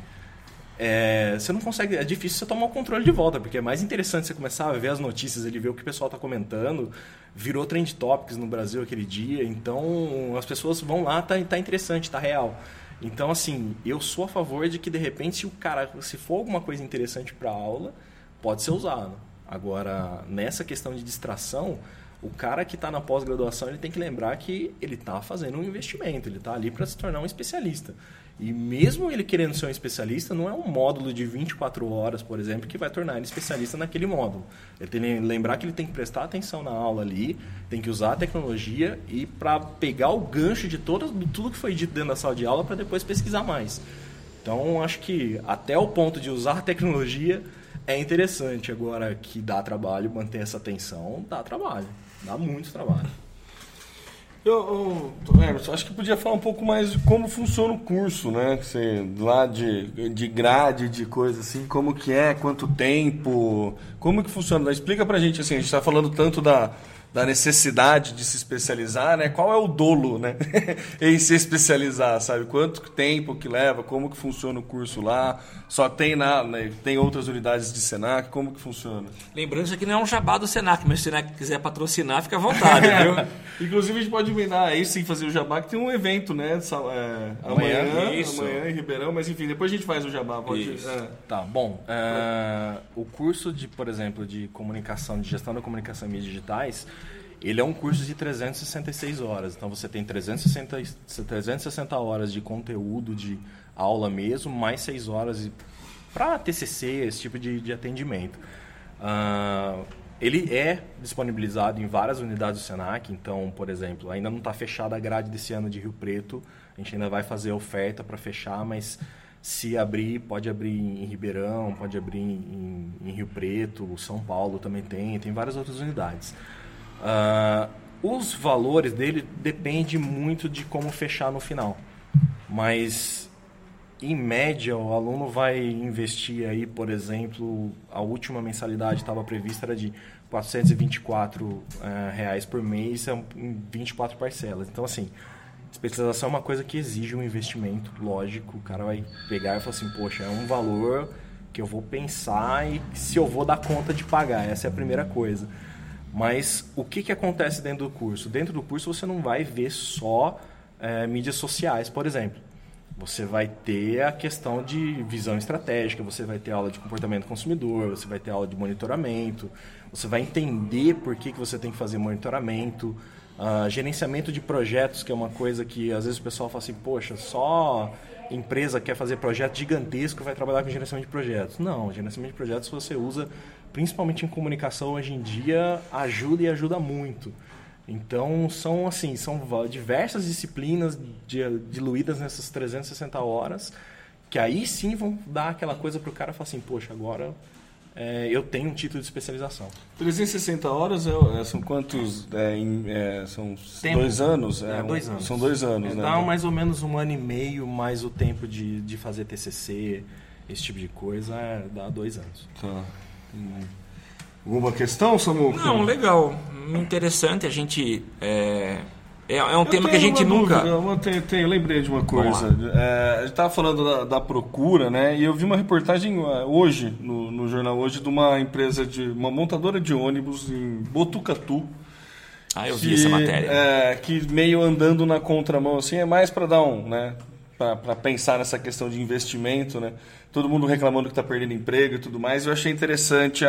é, você não consegue... É difícil você tomar o controle de volta, porque é mais interessante você começar a ver as notícias, ele ver o que o pessoal está comentando. Virou Trend Topics no Brasil aquele dia. Então, as pessoas vão lá, tá, tá interessante, tá real. Então, assim, eu sou a favor de que, de repente, se o cara, se for alguma coisa interessante para a aula, pode ser usado. Agora, nessa questão de distração... O cara que está na pós-graduação, ele tem que lembrar que ele está fazendo um investimento, ele está ali para se tornar um especialista. E mesmo ele querendo ser um especialista, não é um módulo de vinte e quatro horas, por exemplo, que vai tornar ele especialista naquele módulo. Ele tem que lembrar que ele tem que prestar atenção na aula ali, tem que usar a tecnologia e para pegar o gancho de todo, tudo que foi dito dentro da sala de aula para depois pesquisar mais. Então, acho que até o ponto de usar a tecnologia é interessante. Agora, que dá trabalho, manter essa atenção, dá trabalho. Dá muito trabalho. Eu, eu, Emerson, acho que podia falar um pouco mais de como funciona o curso, né? Você, lá de, de grade, de coisa assim, como que é, quanto tempo, como que funciona? Explica pra gente, assim, a gente está falando tanto da, da necessidade de se especializar, né? Qual é o dolo, né? em se especializar, sabe? Quanto tempo que leva, como que funciona o curso lá? Só tem na, né? Tem outras unidades de Senac, como que funciona? Lembrando, isso aqui não é um jabá do Senac, mas se o Senac quiser patrocinar, fica à vontade, viu? Inclusive, a gente pode emendar aí, sim, fazer o jabá, que tem um evento, né? É, Amanhã, amanhã, isso. amanhã em Ribeirão, mas enfim, depois a gente faz o jabá. Pode, é. Tá, bom. É, o curso, de, por exemplo, de comunicação, de gestão da comunicação e mídias digitais, ele é um curso de trezentas e sessenta e seis horas. Então, você tem trezentas e sessenta horas de conteúdo, de aula mesmo, mais seis horas para T C C, esse tipo de, de atendimento. Uh, ele é disponibilizado em várias unidades do Senac. Então, por exemplo, ainda não está fechada a grade desse ano de Rio Preto. A gente ainda vai fazer a oferta para fechar, mas se abrir, pode abrir em Ribeirão, pode abrir em, em Rio Preto, São Paulo também tem, tem várias outras unidades. Uh, os valores dele dependem muito de como fechar no final, mas em média o aluno vai investir aí, por exemplo, a última mensalidade estava prevista era de quatrocentos e vinte e quatro uh, reais por mês em vinte e quatro parcelas. Então, assim, Especialização é uma coisa que exige um investimento, lógico. O cara vai pegar e falar assim, poxa, é um valor que eu vou pensar e se eu vou dar conta de pagar. Essa é a primeira coisa. Mas o que, que acontece dentro do curso? Dentro do curso você não vai ver só é, mídias sociais, por exemplo. Você vai ter a questão de visão estratégica, você vai ter aula de comportamento do consumidor, você vai ter aula de monitoramento, você vai entender por que, que você tem que fazer monitoramento, uh, gerenciamento de projetos, que é uma coisa que às vezes o pessoal fala assim, poxa, só empresa quer fazer projeto gigantesco vai trabalhar com gerenciamento de projetos. Não, gerenciamento de projetos você usa principalmente em comunicação hoje em dia, ajuda e ajuda muito. Então, são assim, são diversas disciplinas diluídas nessas trezentas e sessenta horas, que aí sim vão dar aquela coisa para o cara falar assim, poxa, agora é, eu tenho um título de especialização. trezentas e sessenta horas é, são quantos? É, em, é, são tempo. dois anos? É, é, dois anos. São dois anos, é, né? Dá mais ou menos um ano e meio, mais o tempo de, de fazer T C C, esse tipo de coisa, é, dá dois anos. Tá. Hum. Alguma questão, Samuca? Não, legal. Interessante. A gente... É, é, é um eu tema que a gente nunca... Eu, tenho, tenho, eu lembrei de uma coisa. É, a gente estava falando da, da procura, né? E eu vi uma reportagem hoje, no, no jornal hoje, de uma empresa, de uma montadora de ônibus em Botucatu. Ah, eu vi que, essa matéria. É, que meio andando na contramão, assim, é mais para dar um... né? Para pensar nessa questão de investimento, né? Todo mundo reclamando que está perdendo emprego e tudo mais. Eu achei interessante a,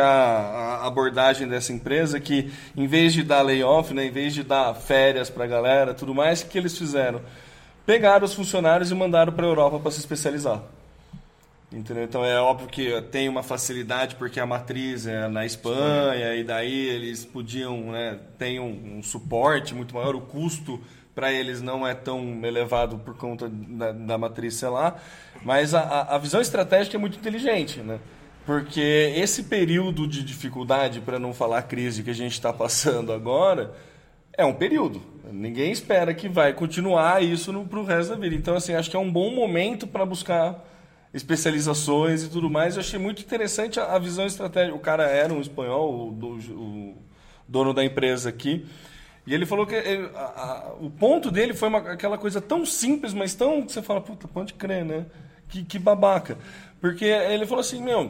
a abordagem dessa empresa que, em vez de dar layoff, né? Em vez de dar férias para a galera tudo mais, o que eles fizeram? Pegaram os funcionários e mandaram para a Europa para se especializar. Entendeu? Então é óbvio que tem uma facilidade porque a matriz é na Espanha e daí eles podiam, né? Tem um, um suporte muito maior, o custo para eles não é tão elevado por conta da, da matriz, sei lá, mas a, a visão estratégica é muito inteligente, né? Porque esse período de dificuldade, para não falar crise que a gente está passando agora, é um período. Ninguém espera que vai continuar isso para o resto da vida. Então, assim, acho que é um bom momento para buscar especializações e tudo mais. Eu achei muito interessante a, a visão estratégica. O cara era um espanhol, o, do, o dono da empresa aqui, e ele falou que ele, a, a, o ponto dele foi uma, aquela coisa tão simples, mas tão que você fala, puta, pode crer, né? Que, que babaca. Porque ele falou assim, meu,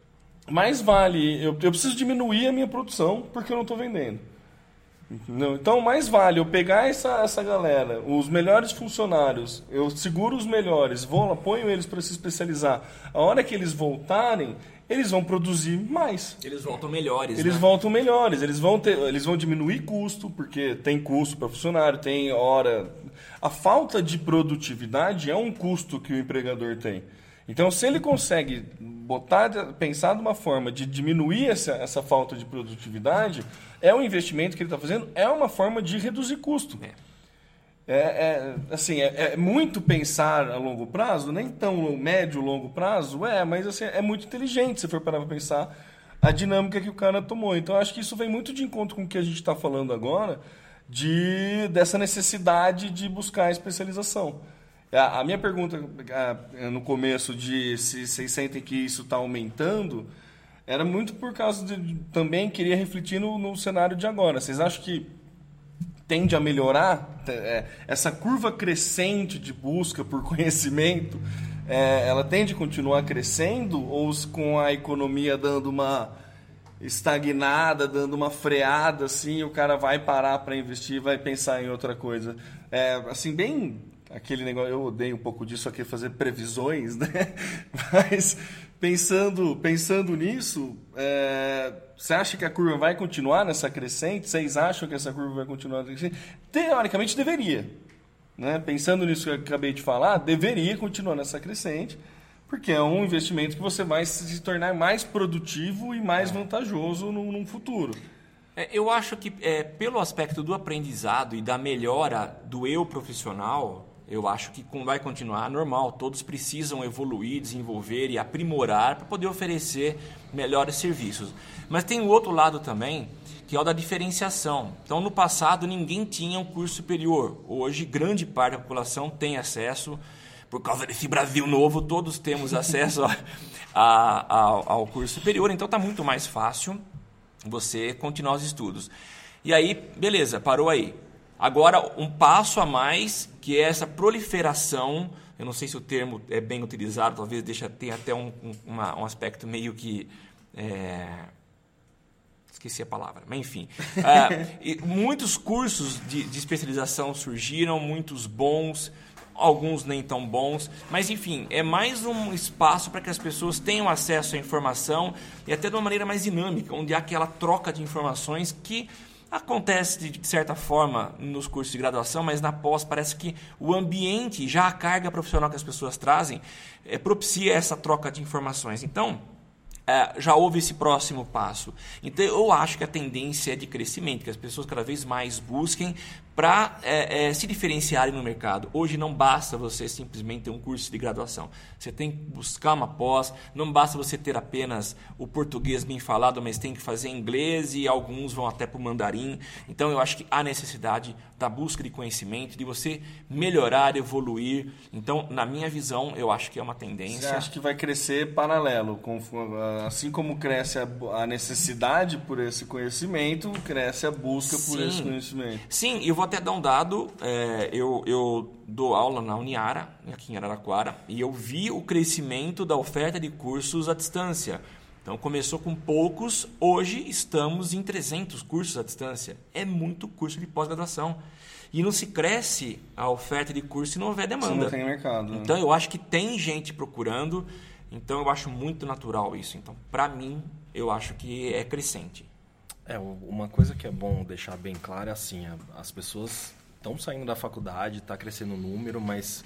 mais vale, eu, eu preciso diminuir a minha produção porque eu não estou vendendo. Não, então, mais vale eu pegar essa, essa galera, os melhores funcionários, eu seguro os melhores, vou lá, ponho eles para se especializar. A hora que eles voltarem, eles vão produzir mais. Eles voltam melhores, Eles né? voltam melhores, eles vão, ter, eles vão diminuir custo, porque tem custo para funcionário, tem hora... A falta de produtividade é um custo que o empregador tem. Então, se ele consegue botar, pensar de uma forma de diminuir essa, essa falta de produtividade, é um investimento que ele está fazendo, é uma forma de reduzir custo. É. É, é, assim, é, é muito pensar a longo prazo, nem tão médio, longo prazo, é, mas assim, é muito inteligente se for parar para pensar a dinâmica que o cara tomou. Então, acho que isso vem muito de encontro com o que a gente está falando agora, de, dessa necessidade de buscar especialização. A, a minha pergunta a, no começo de se vocês sentem que isso está aumentando, era muito por causa de, também queria refletir no, no cenário de agora. Vocês acham que tende a melhorar é, essa curva crescente de busca por conhecimento, é, ela tende a continuar crescendo ou com a economia dando uma estagnada, dando uma freada, assim, o cara vai parar para investir, vai pensar em outra coisa? É, assim, bem aquele negócio, eu odeio um pouco disso aqui, fazer previsões, né? Mas pensando, pensando nisso, é, você acha que a curva vai continuar nessa crescente? Vocês acham que essa curva vai continuar crescente? Teoricamente deveria. Né? Pensando nisso que eu acabei de falar, deveria continuar nessa crescente, porque é um investimento que você vai se tornar mais produtivo e mais vantajoso no, no futuro. É, eu acho que é, pelo aspecto do aprendizado e da melhora do eu profissional, eu acho que vai continuar normal. Todos precisam evoluir, desenvolver e aprimorar para poder oferecer melhores serviços. Mas tem o outro lado também, que é o da diferenciação. Então, no passado, ninguém tinha um curso superior. Hoje, grande parte da população tem acesso. Por causa desse Brasil novo, todos temos acesso a, a, a, ao curso superior. Então, está muito mais fácil você continuar os estudos. E aí, beleza, parou aí. Agora, um passo a mais, que é essa proliferação, eu não sei se o termo é bem utilizado, talvez deixa, tenha até um, um, uma, um aspecto meio que... É, esqueci a palavra, mas enfim. É, e muitos cursos de, de especialização surgiram, muitos bons, alguns nem tão bons, mas enfim, é mais um espaço para que as pessoas tenham acesso à informação e até de uma maneira mais dinâmica, onde há aquela troca de informações que acontece de certa forma nos cursos de graduação, mas na pós parece que o ambiente, já a carga profissional que as pessoas trazem, é, propicia essa troca de informações. Então, é, já houve esse próximo passo. Então, eu acho que a tendência é de crescimento, que as pessoas cada vez mais busquem para é, é, se diferenciarem no mercado. Hoje não basta você simplesmente ter um curso de graduação. Você tem que buscar uma pós, não basta você ter apenas o português bem falado, mas tem que fazer inglês e alguns vão até para o mandarim. Então eu acho que há necessidade da busca de conhecimento, de você melhorar, evoluir. Então, na minha visão, eu acho que é uma tendência. Você acha que vai crescer paralelo? Assim como cresce a necessidade por esse conhecimento, cresce a busca por Sim. esse conhecimento. Sim, eu vou até dar um dado. É, eu, eu dou aula na Uniara, aqui em Araraquara, e eu vi o crescimento da oferta de cursos à distância. Então, começou com poucos, hoje estamos em trezentos cursos à distância. É muito curso de pós-graduação. E não se cresce a oferta de curso se não houver demanda. Se não tem mercado. Né? Então, eu acho que tem gente procurando, então eu acho muito natural isso. Então, para mim, eu acho que é crescente. É, uma coisa que é bom deixar bem claro é assim, as pessoas estão saindo da faculdade, está crescendo o número, mas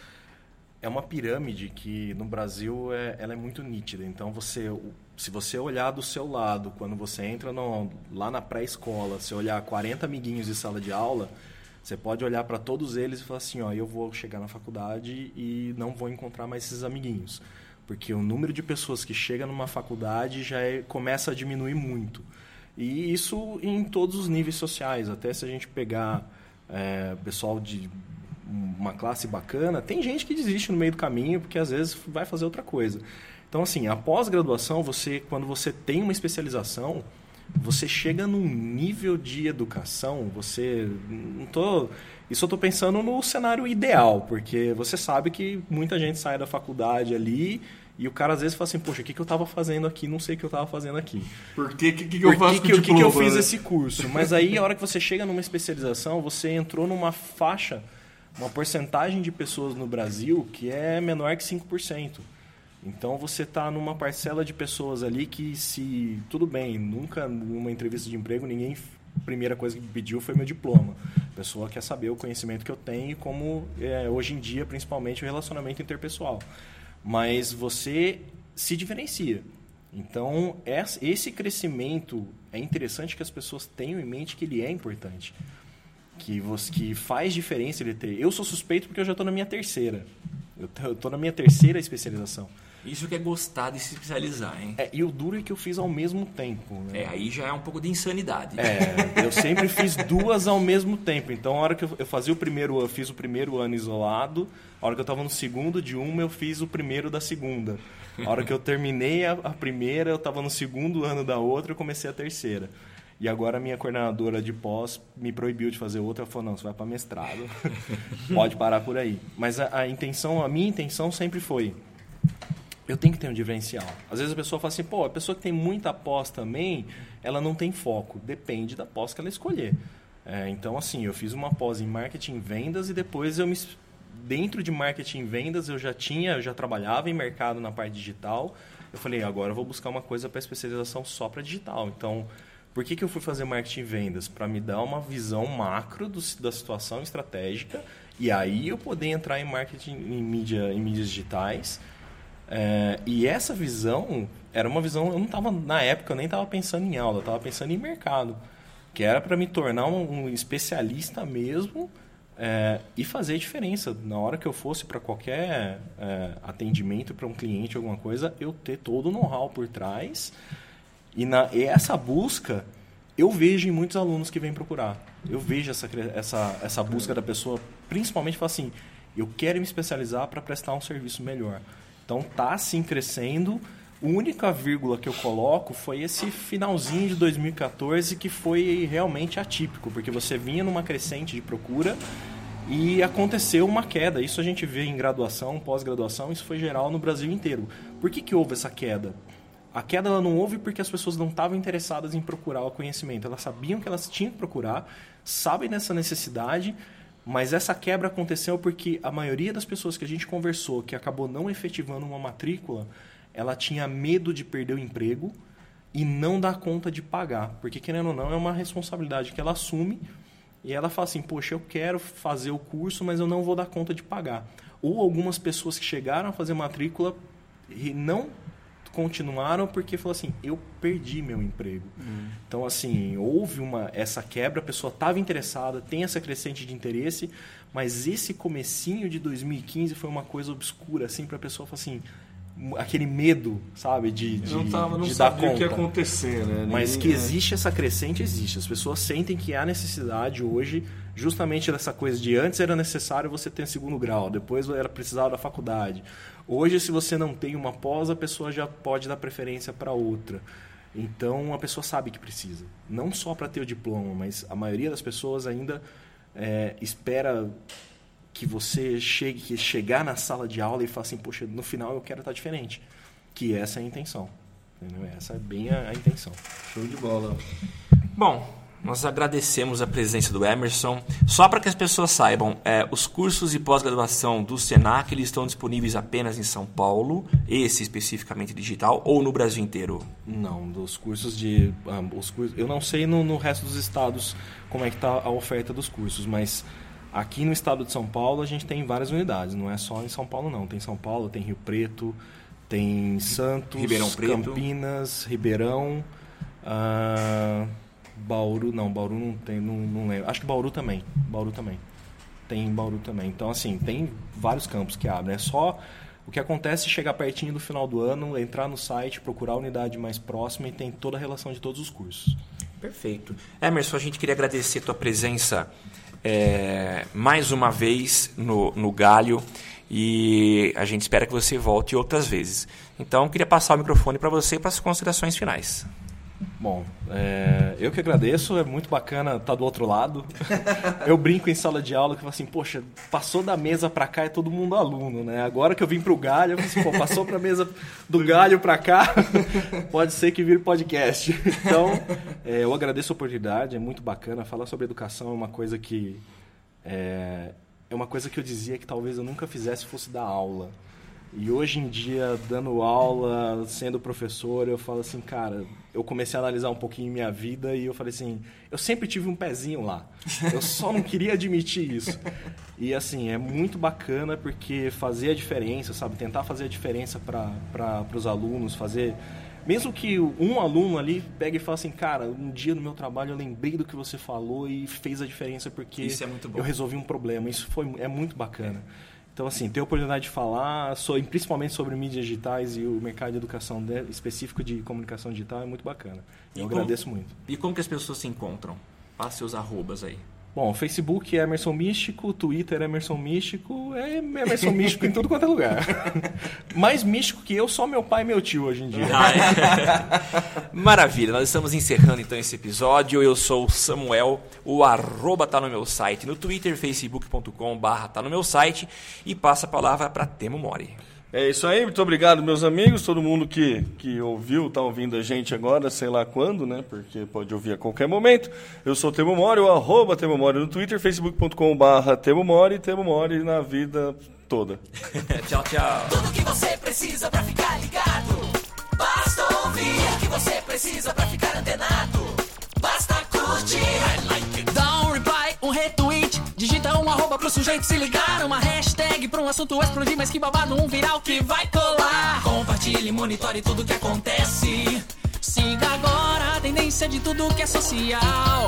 é uma pirâmide que no Brasil é, ela é muito nítida. Então, você, se você olhar do seu lado, quando você entra no, lá na pré-escola, se olhar quarenta amiguinhos de sala de aula, você pode olhar para todos eles e falar assim, ó, eu vou chegar na faculdade e não vou encontrar mais esses amiguinhos. Porque o número de pessoas que chega numa faculdade já é, começa a diminuir muito. E isso em todos os níveis sociais. Até se a gente pegar é, pessoal de uma classe bacana, tem gente que desiste no meio do caminho porque às vezes vai fazer outra coisa. Então, assim, a pós-graduação, você, quando você tem uma especialização, você chega num nível de educação, você... Não tô, isso eu estou pensando no cenário ideal, porque você sabe que muita gente sai da faculdade ali e o cara às vezes fala assim, poxa, o que, que eu estava fazendo aqui? Não sei o que eu estava fazendo aqui. Por que, que, que Por eu faço que, com o que, que, que eu fiz né? esse curso? Mas aí, a hora que você chega numa especialização, você entrou numa faixa, uma porcentagem de pessoas no Brasil que é menor que cinco por cento. Então, você está numa parcela de pessoas ali que, se... Tudo bem, nunca numa entrevista de emprego, ninguém... A primeira coisa que me pediu foi meu diploma. A pessoa quer saber o conhecimento que eu tenho e como, é, hoje em dia, principalmente, o relacionamento interpessoal. Mas você se diferencia. Então, esse crescimento é interessante que as pessoas tenham em mente que ele é importante. Que, você, que faz diferença ele ter. Eu sou suspeito porque eu já estou na minha terceira. Eu estou na minha terceira especialização. Isso que é gostar de se especializar, hein? É, e o duro é que eu fiz ao mesmo tempo. Né? É, aí já é um pouco de insanidade. É, eu sempre fiz duas ao mesmo tempo. Então, a hora que eu, eu fazia o primeiro, eu fiz o primeiro ano isolado. A hora que eu estava no segundo de uma, eu fiz o primeiro da segunda. A hora que eu terminei a, a primeira, eu estava no segundo ano da outra, eu comecei a terceira. E agora a minha coordenadora de pós me proibiu de fazer outra. Ela falou, não, você vai para mestrado. Pode parar por aí. Mas a, a intenção, a minha intenção sempre foi... Eu tenho que ter um diferencial. Às vezes a pessoa fala assim, pô, a pessoa que tem muita pós também, ela não tem foco. Depende da pós que ela escolher. É, então, assim, eu fiz uma pós em marketing e vendas e depois eu me... Dentro de marketing e vendas eu já tinha, eu já trabalhava em mercado na parte digital. Eu falei, agora eu vou buscar uma coisa para especialização só para digital. Então, por que, que eu fui fazer marketing e vendas? Para me dar uma visão macro do, da situação estratégica e aí eu poder entrar em marketing, em, mídia, em mídias digitais. É, e essa visão era uma visão, eu não estava, na época eu nem estava pensando em aula, eu estava pensando em mercado, que era para me tornar um, um especialista mesmo é, e fazer diferença. Na hora que eu fosse para qualquer é, atendimento para um cliente, alguma coisa, eu ter todo o know-how por trás. E, na, e essa busca eu vejo em muitos alunos que vêm procurar. Eu vejo essa, essa, essa busca da pessoa, principalmente falar assim, eu quero me especializar para prestar um serviço melhor. Então, está sim crescendo, A única vírgula que eu coloco foi esse finalzinho de dois mil e quatorze que foi realmente atípico, porque você vinha numa crescente de procura e aconteceu uma queda. Isso a gente vê em graduação, pós-graduação, isso foi geral no Brasil inteiro. Por que que houve essa queda? A queda ela não houve porque as pessoas não estavam interessadas em procurar o conhecimento. Elas sabiam que elas tinham que procurar, sabem dessa necessidade, mas essa quebra aconteceu porque a maioria das pessoas que a gente conversou, que acabou não efetivando uma matrícula, ela tinha medo de perder o emprego e não dar conta de pagar. Porque, querendo ou não, é uma responsabilidade que ela assume e ela fala assim, poxa, eu quero fazer o curso, mas eu não vou dar conta de pagar. Ou algumas pessoas que chegaram a fazer matrícula e não continuaram porque falou assim, eu perdi meu emprego. Hum. Então, assim, houve uma, essa quebra, a pessoa estava interessada, tem essa crescente de interesse, mas esse comecinho de dois mil e quinze foi uma coisa obscura, assim, para a pessoa falar assim, aquele medo, sabe, de, de, não tava, não de dar conta. O que ia acontecer, né? Mas Ninguém, que existe essa crescente, existe. As pessoas sentem que há necessidade hoje, justamente dessa coisa de antes era necessário você ter segundo grau, depois era precisado da faculdade. Hoje, se você não tem uma pós, a pessoa já pode dar preferência para outra. Então, a pessoa sabe que precisa. Não só para ter o diploma, mas a maioria das pessoas ainda é, espera que você chegue, que chegar na sala de aula e fale assim, poxa, no final eu quero estar diferente. Que essa é a intenção. Entendeu? Essa é bem a, a intenção. Show de bola. Bom, nós agradecemos a presença do Emerson. Só para que as pessoas saibam, é, os cursos de pós-graduação do Senac eles estão disponíveis apenas em São Paulo, esse especificamente digital, ou no Brasil inteiro? Não, dos cursos de... Um, os cursos, eu não sei no, no resto dos estados como é que está a oferta dos cursos, mas aqui no estado de São Paulo a gente tem várias unidades, não é só em São Paulo não. Tem São Paulo, tem Rio Preto, tem Santos, Ribeirão Preto, Campinas, Ribeirão... Uh, Bauru, não, Bauru não tem, não, não lembro. Acho que Bauru também, Bauru também. Tem Bauru também. Então, assim, tem vários campos que abrem. É só o que acontece é chegar pertinho do final do ano, entrar no site, procurar a unidade mais próxima e tem toda a relação de todos os cursos. Perfeito. Emerson, a gente queria agradecer a tua presença é, mais uma vez no, no Galho e a gente espera que você volte outras vezes. Então, queria passar o microfone para você para as considerações finais. Bom, é, eu que agradeço, é muito bacana estar do outro lado. Eu brinco em sala de aula que eu falo assim, poxa, passou da mesa para cá é todo mundo aluno, né? Agora que eu vim pro Galho, eu falo assim, pô, passou pra mesa do Galho para cá, pode ser que vire podcast. Então, é, eu agradeço a oportunidade, é muito bacana. Falar sobre educação é uma coisa que... É, é uma coisa que eu dizia que talvez eu nunca fizesse fosse dar aula. E hoje em dia, dando aula, sendo professor, eu falo assim, cara, eu comecei a analisar um pouquinho minha vida e eu falei assim, eu sempre tive um pezinho lá, eu só não queria admitir isso. E assim, é muito bacana porque fazer a diferença, sabe, tentar fazer a diferença para os alunos, fazer... Mesmo que um aluno ali pegue e fale assim, cara, um dia no meu trabalho eu lembrei do que você falou e fez a diferença porque isso é muito bom. Eu resolvi um problema, isso foi, é muito bacana. Então, assim, ter a oportunidade de falar, sobre, principalmente sobre mídias digitais e o mercado de educação de, específico de comunicação digital é muito bacana. Eu como, agradeço muito. E como que as pessoas se encontram? Passe seus arrobas aí. Bom, Facebook é Emerson Místico, Twitter é Emerson Místico, é Emerson Místico em tudo quanto é lugar. Mais místico que eu, só meu pai e meu tio hoje em dia. Ah, é. Maravilha, nós estamos encerrando então esse episódio. Eu sou o Samuel, o arroba tá no meu site, no Twitter, facebook ponto com barra tá no meu site e passa a palavra para Temo Mori. É isso aí, muito obrigado, meus amigos, todo mundo que, que ouviu, está ouvindo a gente agora, sei lá quando, né, porque pode ouvir a qualquer momento. Eu sou o Temo Mori, o arroba Temo Mori no Twitter, facebook ponto com barra Temo Mori, Temo Mori na vida toda. Tchau, tchau. Tudo que você precisa pra ficar ligado, basta ouvir. O que você precisa pra ficar antenado, basta curtir. I like it. Dá um reply, um retweet, digita um arroba pro sujeito se ligar, uma hashtag pra um assunto explodir, mas que babado, um viral que vai colar. Compartilhe, monitore tudo que acontece, siga agora a tendência de tudo que é social.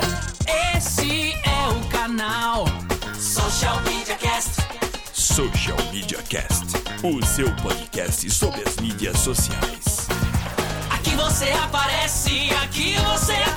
Esse é o canal Social Media Cast. Social Media Cast, o seu podcast sobre as mídias sociais. Aqui você aparece, aqui você